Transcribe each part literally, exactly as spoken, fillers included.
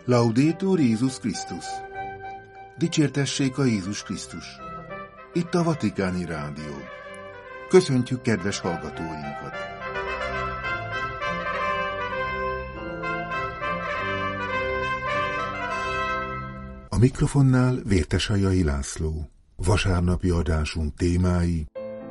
Laudetur Jézus Krisztus! Dicsértessék a Jézus Krisztus! Itt a Vatikáni Rádió. Köszöntjük kedves hallgatóinkat! A mikrofonnál Vértesajai László. Vasárnapi adásunk témái: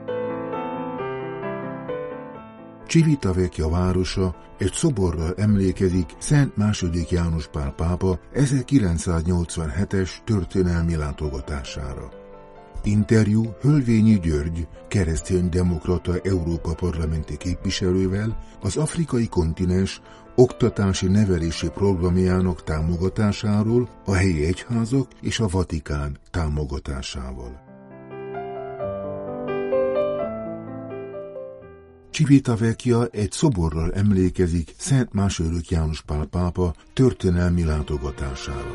Civitavecchia városa egy szoborral emlékezik Szent második János Pál pápa ezerkilencszáznyolcvanhetes történelmi látogatására. Interjú Hölvényi György, kereszténydemokrata Európa parlamenti képviselővel az afrikai kontinens oktatási nevelési programjának támogatásáról, a helyi egyházak és a Vatikán támogatásával. Civitavecchia egy szoborral emlékezik Szent második János Pál pápa történelmi látogatására.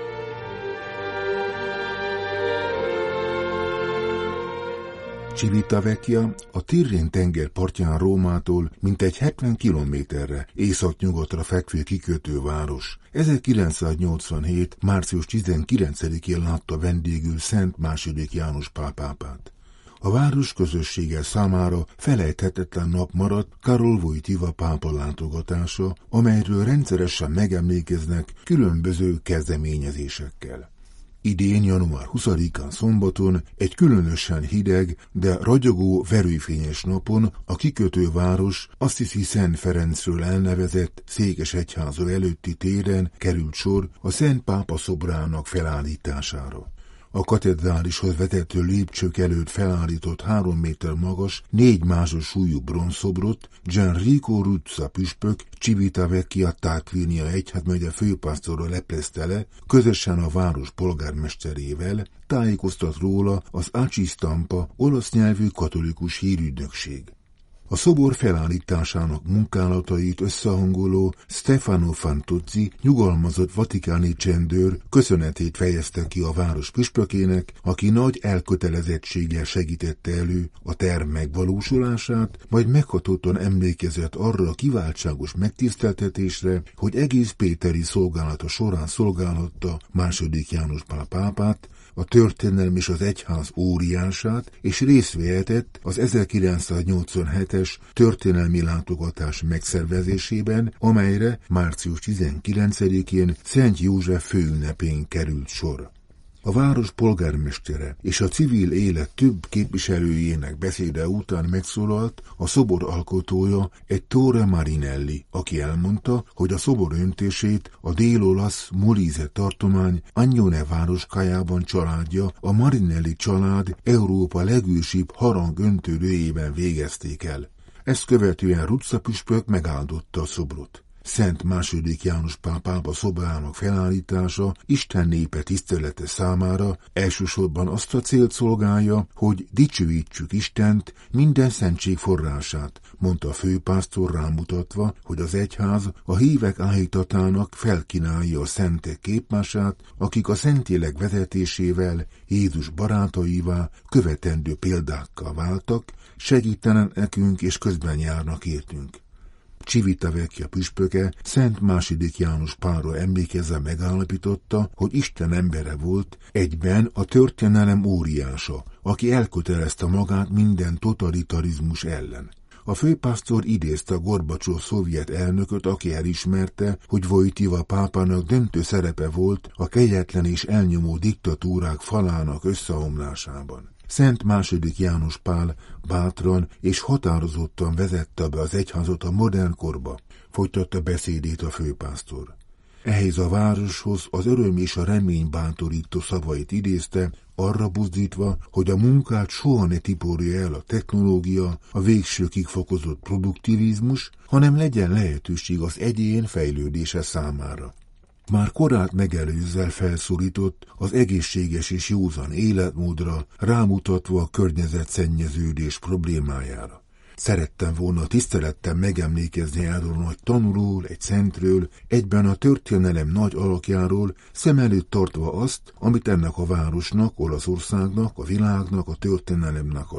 Civitavecchia a Tirrén-tenger partján Rómától mintegy hetven kilométerre északnyugatra fekvő kikötőváros. ezerkilencszáznyolcvanhét. március tizenkilencedikén látta vendégül Szent második János Pál pápát. A város közössége számára felejthetetlen nap maradt Karol Wojtyła pápa látogatása, amelyről rendszeresen megemlékeznek különböző kezdeményezésekkel. Idén január huszadikán szombaton egy különösen hideg, de ragyogó, verőfényes napon a kikötőváros Assisi Szent Ferencről elnevezett székesegyháza előtti téren került sor a Szent Pápa szobrának felállítására. A katedrálishoz vezető lépcsők előtt felállított három méter magas, négy mázsos súlyú bronzszobrot Gianrico Ruzza püspök Civitavecchia Tarquinia egyházmegye főpásztora leplezte le, közösen a város polgármesterével, tájékoztat róla az á cé i Stampa olasz nyelvű katolikus hírügynökség. A szobor felállításának munkálatait összehangoló Stefano Fantozzi nyugalmazott vatikáni csendőr köszönetét fejezte ki a város püspökének, aki nagy elkötelezettséggel segítette elő a terv megvalósulását, majd meghatottan emlékezett arra a kiváltságos megtiszteltetésre, hogy egész péteri szolgálata során szolgálhatta második János Pál pápát, a történelem és az egyház óriását, és részt vehetett az ezerkilencszáznyolcvanhetes történelmi látogatás megszervezésében, amelyre március tizenkilencedikén Szent József főünnepén került sor. A város polgármestere és a civil élet több képviselőjének beszéde után megszólalt a szobor alkotója, Ettore Marinelli, aki elmondta, hogy a szobor öntését a dél-olasz Molise tartomány Agnone városkájában családja, a Marinelli család Európa legősibb harangöntődőjében végezték el. Ezt követően Ruzza püspök megáldotta a szobrot. Szent második János Pál pápa szobrának felállítása Isten népe tisztelete számára elsősorban azt a célt szolgálja, hogy dicsőítsük Istent, minden szentség forrását, mondta a főpásztor rámutatva, hogy az egyház a hívek áhítatának felkínálja a szentek képmását, akik a Szentlélek vezetésével Jézus barátaivá, követendő példákkal váltak, segítenek nekünk és közben járnak értünk. Civitavecchia püspöke Szent második János Pálra emlékezve megállapította, hogy Isten embere volt, egyben a történelem óriása, aki elkötelezte magát minden totalitarizmus ellen. A főpásztor idézte a Gorbacsov szovjet elnököt, aki elismerte, hogy Wojtyła pápának döntő szerepe volt a kegyetlen és elnyomó diktatúrák falának összeomlásában. Szent második János Pál bátran és határozottan vezette be az egyházat a modern korba, folytatta beszédét a főpásztor. Ehhez a városhoz az öröm és a remény bátorító szavait idézte, arra buzdítva, hogy a munkát soha ne tiporja el a technológia, a végsőkig fokozott produktivizmus, hanem legyen lehetőség az egyén fejlődése számára. Már korát megelőzzel felszólított az egészséges és józan életmódra, rámutatva a környezetszennyeződés problémájára. Szerettem volna tisztelettel megemlékezni erről a nagy tanulóról, egy szentről, egyben a történelem nagy alakjáról, szem előtt tartva azt, amit ennek a városnak, Olaszországnak, a világnak, a történelemnek adott.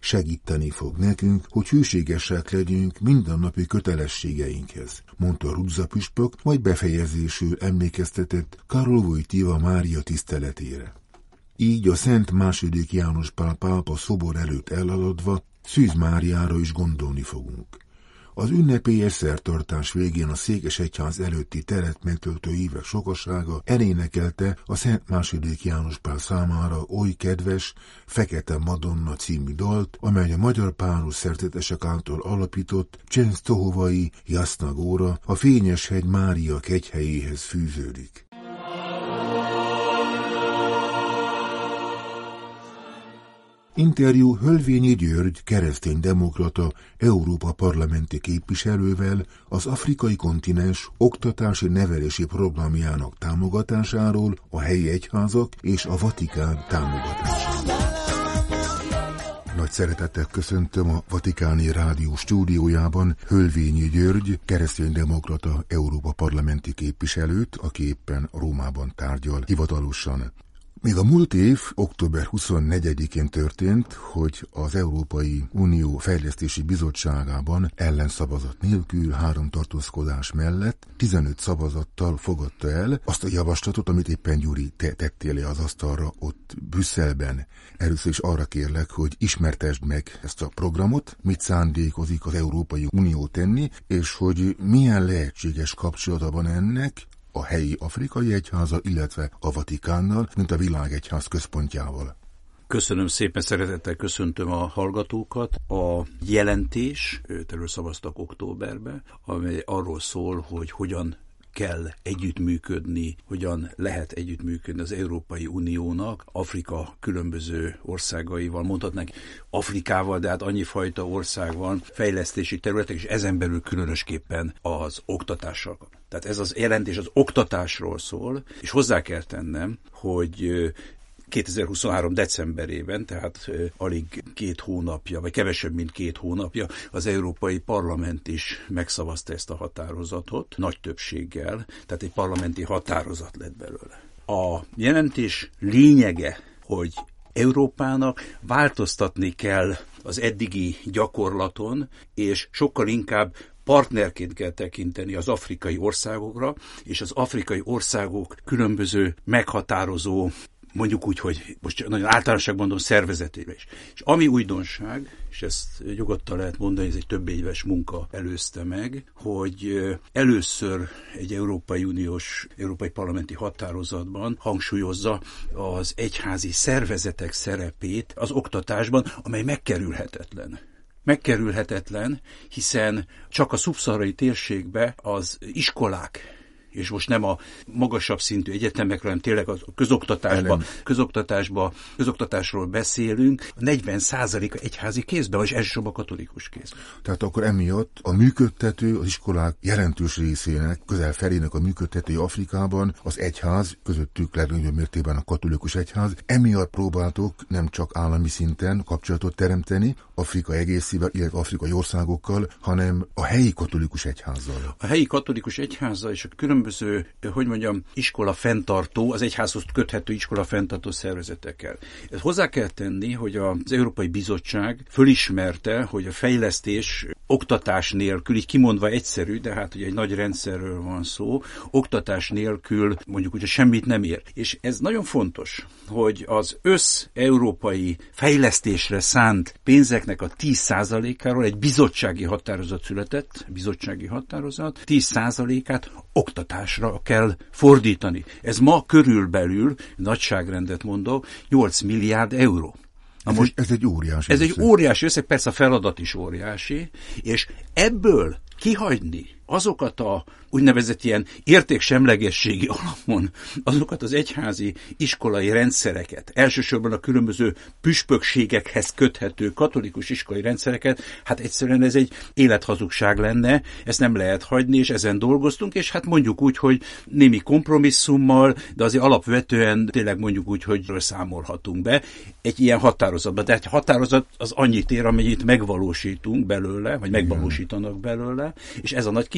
segíteni fog nekünk, hogy hűségesek legyünk mindennapi kötelességeinkhez, mondta Rudza püspök, majd befejezésül emlékeztetett Karol Wojtyła Mária tiszteletére. Így a Szent második János Pál pápa szobor előtt elhaladva Szűz Máriára is gondolni fogunk. Az ünnepélyes szertartás végén a székesegyház előtti teret megtöltő évek sokasága elénekelte a Szent második János Pál számára oly kedves Fekete Madonna című dalt, amely a magyar páros szerzetesek által alapított Częstochowai Jasna Góra, a Fényeshegy Mária kegyhelyéhez fűződik. Interjú Hölvényi György kereszténydemokrata Európa parlamenti képviselővel az afrikai kontinens oktatási nevelési programjának támogatásáról, a helyi egyházak és a Vatikán támogatásáról. Nagy szeretettel köszöntöm a Vatikáni Rádió stúdiójában Hölvényi György, kereszténydemokrata Európa parlamenti képviselőt, aki éppen Rómában tárgyal hivatalosan. Még a múlt év október huszonnegyedikén történt, hogy az Európai Unió Fejlesztési Bizottságában ellenszavazat nélkül három tartózkodás mellett tizenöt szavazattal fogadta el azt a javaslatot, amit éppen Gyuri te tettél le az asztalra ott Brüsszelben. Először is arra kérlek, hogy ismertesd meg ezt a programot, mit szándékozik az Európai Unió tenni, és hogy milyen lehetséges kapcsolata van ennek a helyi afrikai egyháza, illetve a Vatikánnal, mint a világegyház központjával. Köszönöm szépen, szeretettel köszöntöm a hallgatókat. A jelentés, erről szavaztak októberben, amely arról szól, hogy hogyan kell együttműködni, hogyan lehet együttműködni az Európai Uniónak Afrika különböző országaival, mondhatnánk Afrikával, de hát annyi fajta ország van, fejlesztési területek, és ezen belül különösképpen az oktatással. Tehát ez az jelentés az oktatásról szól, és hozzá kell tennem, hogy kétezer-huszonhárom decemberében, tehát alig két hónapja, vagy kevesebb, mint két hónapja, az Európai Parlament is megszavazta ezt a határozatot, nagy többséggel, tehát egy parlamenti határozat lett belőle. A jelentés lényege, hogy Európának változtatni kell az eddigi gyakorlaton, és sokkal inkább partnerként kell tekinteni az afrikai országokra, és az afrikai országok különböző meghatározó, mondjuk úgy, hogy most nagyon általánosan mondom, szervezetére is. És ami újdonság, és ezt nyugodtan lehet mondani, ez egy több éves munka előzte meg, hogy először egy Európai Uniós, Európai Parlamenti határozatban hangsúlyozza az egyházi szervezetek szerepét az oktatásban, amely megkerülhetetlen. Megkerülhetetlen, hiszen csak a szubszaharai térségbe az iskolák, és most nem a magasabb szintű egyetemekről, hanem tényleg a közoktatásba, közoktatásba, közoktatásról beszélünk, a negyven százaléka egyházi kézben, és elsősorban katolikus kézben. Tehát akkor emiatt a működtető, az iskolák jelentős részének, közel felének a működtető Afrikában az egyház, közöttük legnagyobb mértékben a katolikus egyház, emiatt próbáltok nem csak állami szinten kapcsolatot teremteni Afrika egészével, illetve afrikai országokkal, hanem a helyi katolikus egyházzal. A helyi katolikus egyházzal és a különböző, hogy mondjam, iskola fenntartó, az egyházhoz köthető iskola fenntartó szervezetekkel. Ezt hozzá kell tenni, hogy az Európai Bizottság fölismerte, hogy a fejlesztés oktatás nélkül, így kimondva egyszerű, de hát ugye egy nagy rendszerről van szó, oktatás nélkül mondjuk ugye semmit nem ér. És ez nagyon fontos, hogy az össz-európai fejlesztésre szánt pénzeknek a tíz százalékáról egy bizottsági határozat született, bizottsági határozat, tíz százalékát oktatásra kell fordítani. Ez ma körülbelül, nagyságrendet mondok, nyolc milliárd euró. Na ez, most, egy, ez egy óriási Ez összeg. egy óriási összeg, persze a feladat is óriási, és ebből kihagyni azokat a úgynevezett ilyen értéksemlegességi alapon, azokat az egyházi iskolai rendszereket, elsősorban a különböző püspökségekhez köthető katolikus iskolai rendszereket, hát egyszerűen ez egy élethazugság lenne, ezt nem lehet hagyni, és ezen dolgoztunk, és hát mondjuk úgy, hogy némi kompromisszummal, de azért alapvetően tényleg mondjuk úgy, hogy számolhatunk be egy ilyen határozatban. De egy határozat az annyit ér, amennyit megvalósítunk belőle, vagy megvalósítanak belőle, és ez a nagy kihívás.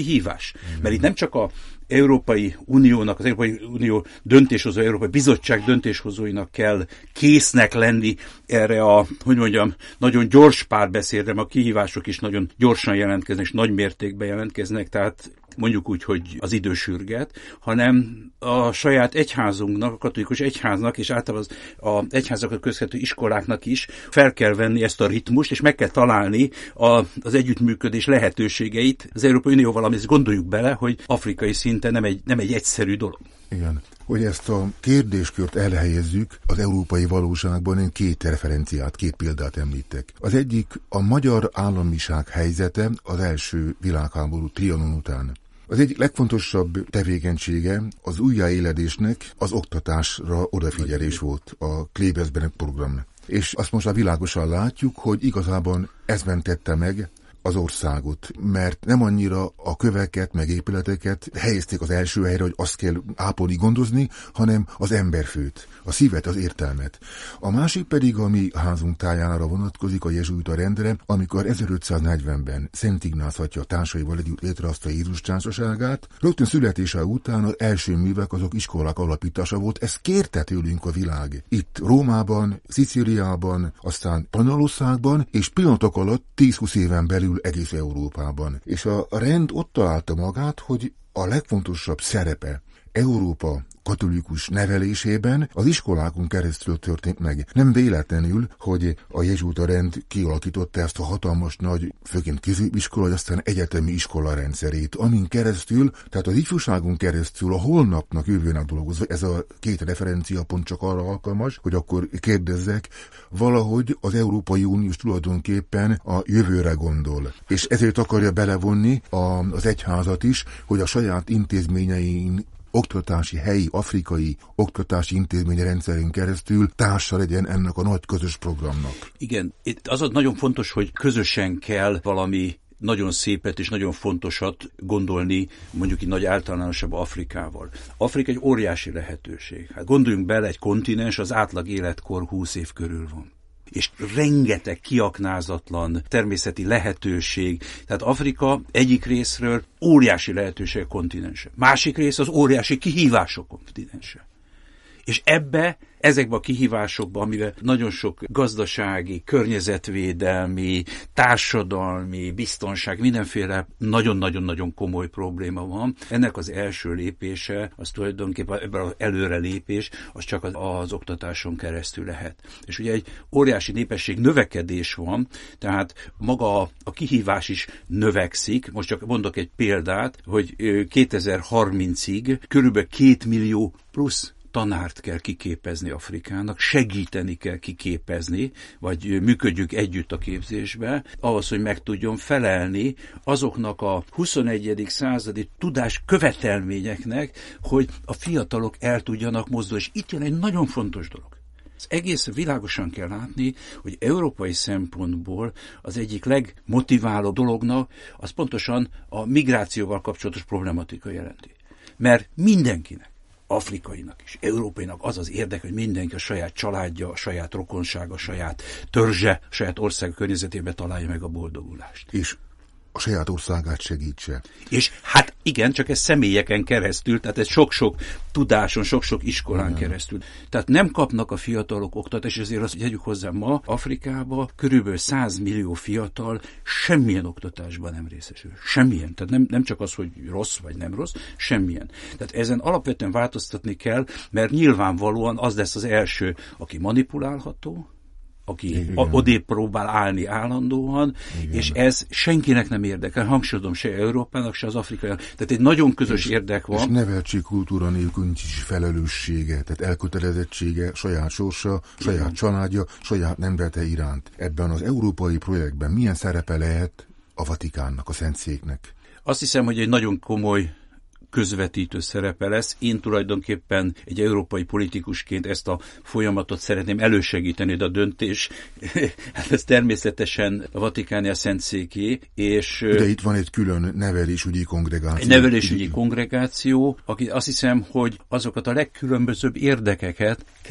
kihívás. Mm. Mert itt nem csak a Európai Uniónak, az Európai Unió döntéshozó, Európai Bizottság döntéshozóinak kell késznek lenni erre a, hogy mondjam, nagyon gyors párbeszédre, a kihívások is nagyon gyorsan jelentkeznek, és nagy mértékben jelentkeznek, tehát mondjuk úgy, hogy az idő sürget, hanem a saját egyházunknak, a katolikus egyháznak, és általában az a egyházakat közvető iskoláknak is fel kell venni ezt a ritmust, és meg kell találni a, az együttműködés lehetőségeit az Európai Unióval, amit gondoljuk bele, hogy afrikai szinten nem egy, nem egy egyszerű dolog. Igen. Hogy ezt a kérdéskört elhelyezzük az európai valóságban, én két referenciát, két példát említek. Az egyik a magyar államiság helyzete az első világháború Trianon után. Az egyik legfontosabb tevékenysége az újjáéledésnek az oktatásra odafigyelés volt a Klebersberg programnak. És azt most már világosan látjuk, hogy igazában ez mentette meg az országot, mert nem annyira a köveket, meg épületeket helyezték az első helyre, hogy azt kell ápolni, gondozni, hanem az emberfőt, a szívet, az értelmet. A másik pedig, ami a házunk tájára vonatkozik, a jezsuita rendre, amikor ezerötszáznegyvenben Szent Ignác atya társaival együtt létrehozta Jézus társaságát, rögtön születése után az első művek azok iskolák alapítása volt, ezt kérte tőlünk a világ. Itt Rómában, Szicíliában, aztán Spanyolországban, és pillanatok alatt tíz-húsz éven belül egész Európában. És a rend ott találta magát, hogy a legfontosabb szerepe Európa katolikus nevelésében az iskolákon keresztül történt meg. Nem véletlenül, hogy a jezsuita rend kialakította ezt a hatalmas nagy, főként középiskola, aztán egyetemi iskola rendszerét, amin keresztül, tehát az ifjúságon keresztül a holnapnak, jövőnek dolgozva, ez a két referenciapont csak arra alkalmas, hogy akkor kérdezzek, valahogy az Európai Uniós tulajdonképpen a jövőre gondol. És ezért akarja belevonni az egyházat is, hogy a saját intézményein oktatási, helyi, afrikai oktatási intézmény rendszerén keresztül társa legyen ennek a nagy közös programnak. Igen, itt az nagyon fontos, hogy közösen kell valami nagyon szépet és nagyon fontosat gondolni, mondjuk így nagy általánosabb Afrikával. Afrika egy óriási lehetőség. Hát gondoljunk bele, egy kontinens, az átlag életkor húsz év körül van. És rengeteg kiaknázatlan természeti lehetőség. Tehát Afrika egyik részről óriási lehetőség a kontinense. Másik rész az óriási kihívások kontinense. És ebbe, ezekbe a kihívásokba, amivel nagyon sok gazdasági, környezetvédelmi, társadalmi, biztonság, mindenféle nagyon-nagyon-nagyon komoly probléma van. Ennek az első lépése, az tulajdonképpen ebben az előrelépés, az csak az, az oktatáson keresztül lehet. És ugye egy óriási népesség növekedés van, tehát maga a, a kihívás is növekszik. Most csak mondok egy példát, hogy kétezer-harmincig körülbelül két millió plusz tanárt kell kiképezni Afrikának, segíteni kell kiképezni, vagy működjük együtt a képzésbe, ahhoz, hogy meg tudjon felelni azoknak a huszonegyedik századi tudás követelményeknek, hogy a fiatalok el tudjanak mozdulni. És itt jön egy nagyon fontos dolog. Az egész világosan kell látni, hogy európai szempontból az egyik legmotiválóbb dolognak az pontosan a migrációval kapcsolatos problematika jelenti. Mert mindenkinek, afrikainak is, európainak az az érdek, hogy mindenki a saját családja, a saját rokonsága, a saját törzse, a saját ország környezetében találja meg a boldogulást. És a saját országát segítse. És hát igen, csak ez személyeken keresztül, tehát ez sok-sok tudáson, sok-sok iskolán igen. keresztül. Tehát nem kapnak a fiatalok oktatást, és azért azt tegyük hozzá, ma Afrikában körülbelül száz millió fiatal semmilyen oktatásban nem részesül. Semmilyen. Tehát nem, nem csak az, hogy rossz vagy nem rossz, semmilyen. Tehát ezen alapvetően változtatni kell, mert nyilvánvalóan az lesz az első, aki manipulálható, aki odébb próbál állni állandóan, igen. és ez senkinek nem érdekel, hangsúlyozom, se Európának, se az afrikaiak. Tehát egy nagyon közös és, érdek van. És neveltségkultúra nélkül nincs is felelőssége, tehát elkötelezettsége, saját sorsa, saját igen. családja, saját nemzete iránt. Ebben az európai projektben milyen szerepe lehet a Vatikánnak, a Szentszéknek? Azt hiszem, hogy egy nagyon komoly közvetítő szerepe lesz. Én tulajdonképpen egy európai politikusként ezt a folyamatot szeretném elősegíteni, de a döntés, hát ez természetesen a Vatikáni, a Szentszéké, és... De itt van egy külön nevelésügyi kongregáció. Egy nevelésügyi kongregáció, aki azt hiszem, hogy azokat a legkülönbözőbb érdekeket kell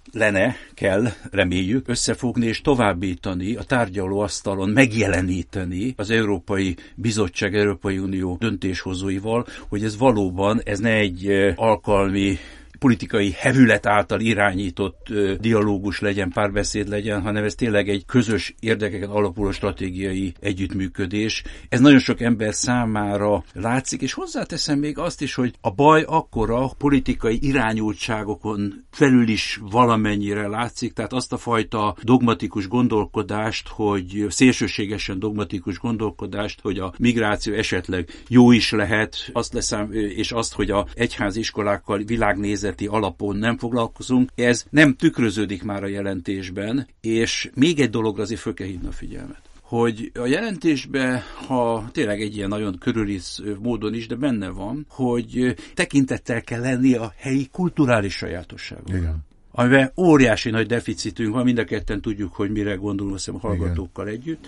lenne, kell, reméljük, összefogni és továbbítani, a tárgyalóasztalon megjeleníteni az Európai Bizottság, Európai Unió döntéshozóival, hogy ez valóban, ez ne egy alkalmi politikai hevület által irányított ö, dialógus legyen, párbeszéd legyen, hanem ez tényleg egy közös érdekeken alapuló stratégiai együttműködés. Ez nagyon sok ember számára látszik, és hozzáteszem még azt is, hogy a baj akkora politikai irányultságokon felül is valamennyire látszik, tehát azt a fajta dogmatikus gondolkodást, hogy szélsőségesen dogmatikus gondolkodást, hogy a migráció esetleg jó is lehet, azt leszám, és azt, hogy a egyházi iskolákkal világnézet alapon nem foglalkozunk, ez nem tükröződik már a jelentésben, és még egy dologra azért föl kell hívni a figyelmet. Hogy a jelentésben, ha tényleg egy ilyen nagyon körülisz módon is, de benne van, hogy tekintettel kell lenni a helyi kulturális sajátosságokra. Igen. Amiben óriási nagy deficitünk van, mind a ketten tudjuk, hogy mire gondolunk, azt hiszem, a hallgatókkal Igen. együtt.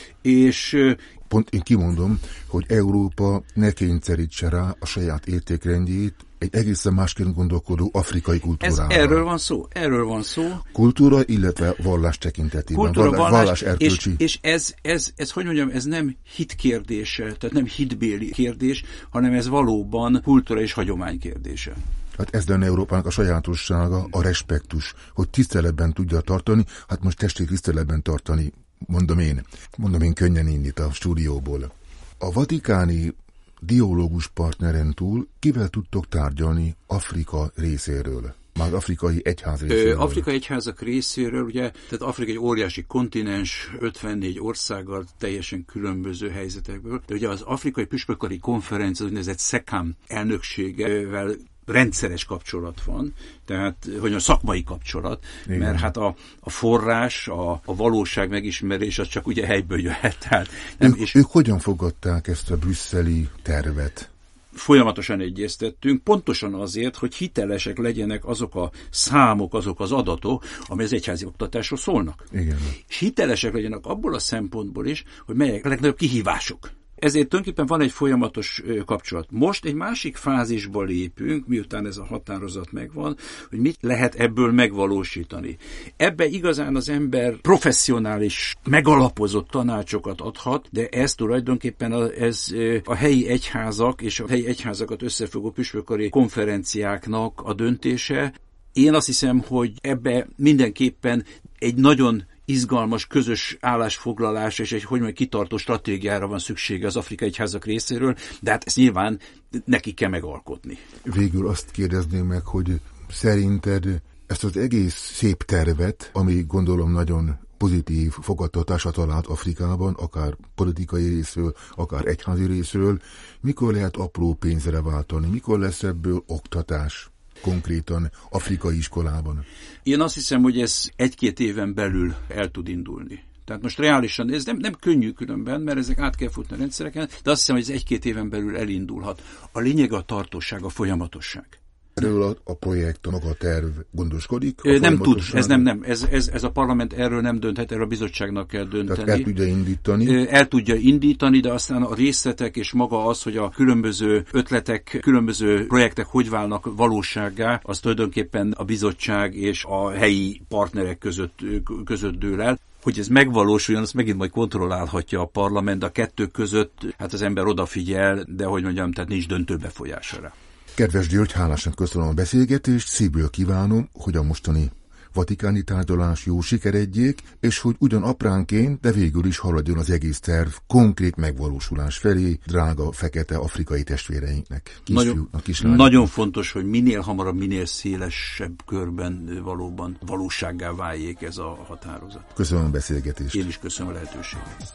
És pont én kimondom, hogy Európa ne kényszerítse rá a saját értékrendjét egy egészen másként gondolkodó afrikai kultúrára. Ez erről van szó, erről van szó. Kultúra, illetve vallás tekintetében. Kultúra, vallás, vallás, vallás erkölcsi. És, és ez, ez, ez, hogy mondjam, ez nem hit kérdése, tehát nem hitbéli kérdés, hanem ez valóban kultúra és hagyomány kérdése. Hát ez lenne Európának a sajátossága, a respektus, hogy tiszteletben tudja tartani, hát most tessék tiszteletben tartani, mondom én, mondom én könnyen innit a stúdióból. A vatikáni dialógus partneren túl kivel tudtok tárgyalni Afrika részéről? Már afrikai egyház részéről. Afrikai egyházak részéről, ugye, tehát Afrika egy óriási kontinens, ötvennégy országgal, teljesen különböző helyzetekből, de ugye az Afrikai Püspökkari Konferencia, úgynevezett szekám elnökségevel rendszeres kapcsolat van, tehát hogy a szakmai kapcsolat, Igen. mert hát a, a forrás, a, a valóság megismerés az csak ugye helyből jöhet. Tehát nem, ők, és ők hogyan fogadták ezt a brüsszeli tervet? Folyamatosan egyeztettünk, pontosan azért, hogy hitelesek legyenek azok a számok, azok az adatok, amely az egyházi oktatásról szólnak. Igen. És hitelesek legyenek abból a szempontból is, hogy melyek a legnagyobb kihívások. Ezért tulajdonképpen van egy folyamatos kapcsolat. Most egy másik fázisba lépünk, miután ez a határozat megvan, hogy mit lehet ebből megvalósítani. Ebbe igazán az ember professzionális, megalapozott tanácsokat adhat, de ez tulajdonképpen a, ez a helyi egyházak és a helyi egyházakat összefogó püspökkari konferenciáknak a döntése. Én azt hiszem, hogy ebbe mindenképpen egy nagyon izgalmas, közös állásfoglalás és egy, hogy mondjam, kitartó stratégiára van szüksége az afrikai egyházak részéről, de hát ezt nyilván neki kell megalkotni. Végül azt kérdezném meg, hogy szerinted ezt az egész szép tervet, ami gondolom nagyon pozitív fogadtatásra talált Afrikában, akár politikai részről, akár egyházi részről, mikor lehet apró pénzre váltani, mikor lesz ebből oktatás? Konkrétan afrikai iskolában? Én azt hiszem, hogy ez egy-két éven belül el tud indulni. Tehát most reálisan, ez nem, nem könnyű különben, mert ezek át kell futni a rendszereken, de azt hiszem, hogy ez egy-két éven belül elindulhat. A lényeg a tartóság, a folyamatosság. Erről a, a projekt, a maga terv gondoskodik? Nem tud, ez nem, nem. Ez, ez, ez a parlament erről nem dönthet, erről a bizottságnak kell dönteni. Tehát el tudja indítani? El tudja indítani, de aztán a részletek és maga az, hogy a különböző ötletek, különböző projektek hogy válnak valósággá, az tulajdonképpen a bizottság és a helyi partnerek között, között dől el. Hogy ez megvalósuljon, azt megint majd kontrollálhatja a parlament, de a kettő között hát az ember odafigyel, de hogy mondjam, tehát nincs döntő befolyása rá. Kedves György, hálásan köszönöm a beszélgetést, szívből kívánom, hogy a mostani vatikáni tárgyalás jó sikeredjék, és hogy ugyan apránként, de végül is haladjon az egész terv konkrét megvalósulás felé, drága fekete afrikai testvéreinknek, kisfiúknak, kislányoknak. Nagyon fontos, hogy minél hamarabb, minél szélesebb körben valóban valósággá váljék ez a határozat. Köszönöm a beszélgetést. Én is köszönöm a lehetőséget.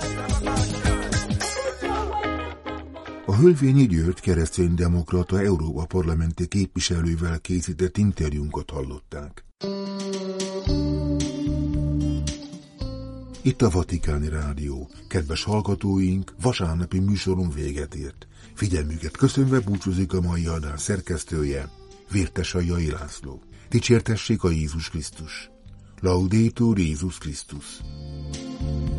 A Hölvényi György kereszténydemokrata Európa parlamenti képviselővel készített interjúnkat hallották. Itt a Vatikáni Rádió. Kedves hallgatóink, vasárnapi műsoron véget ért. Figyelmüket köszönve búcsúzik a mai adás szerkesztője, Vértesai László. Dicsértessék a Jézus Krisztus. Laudetur Jézus Krisztus.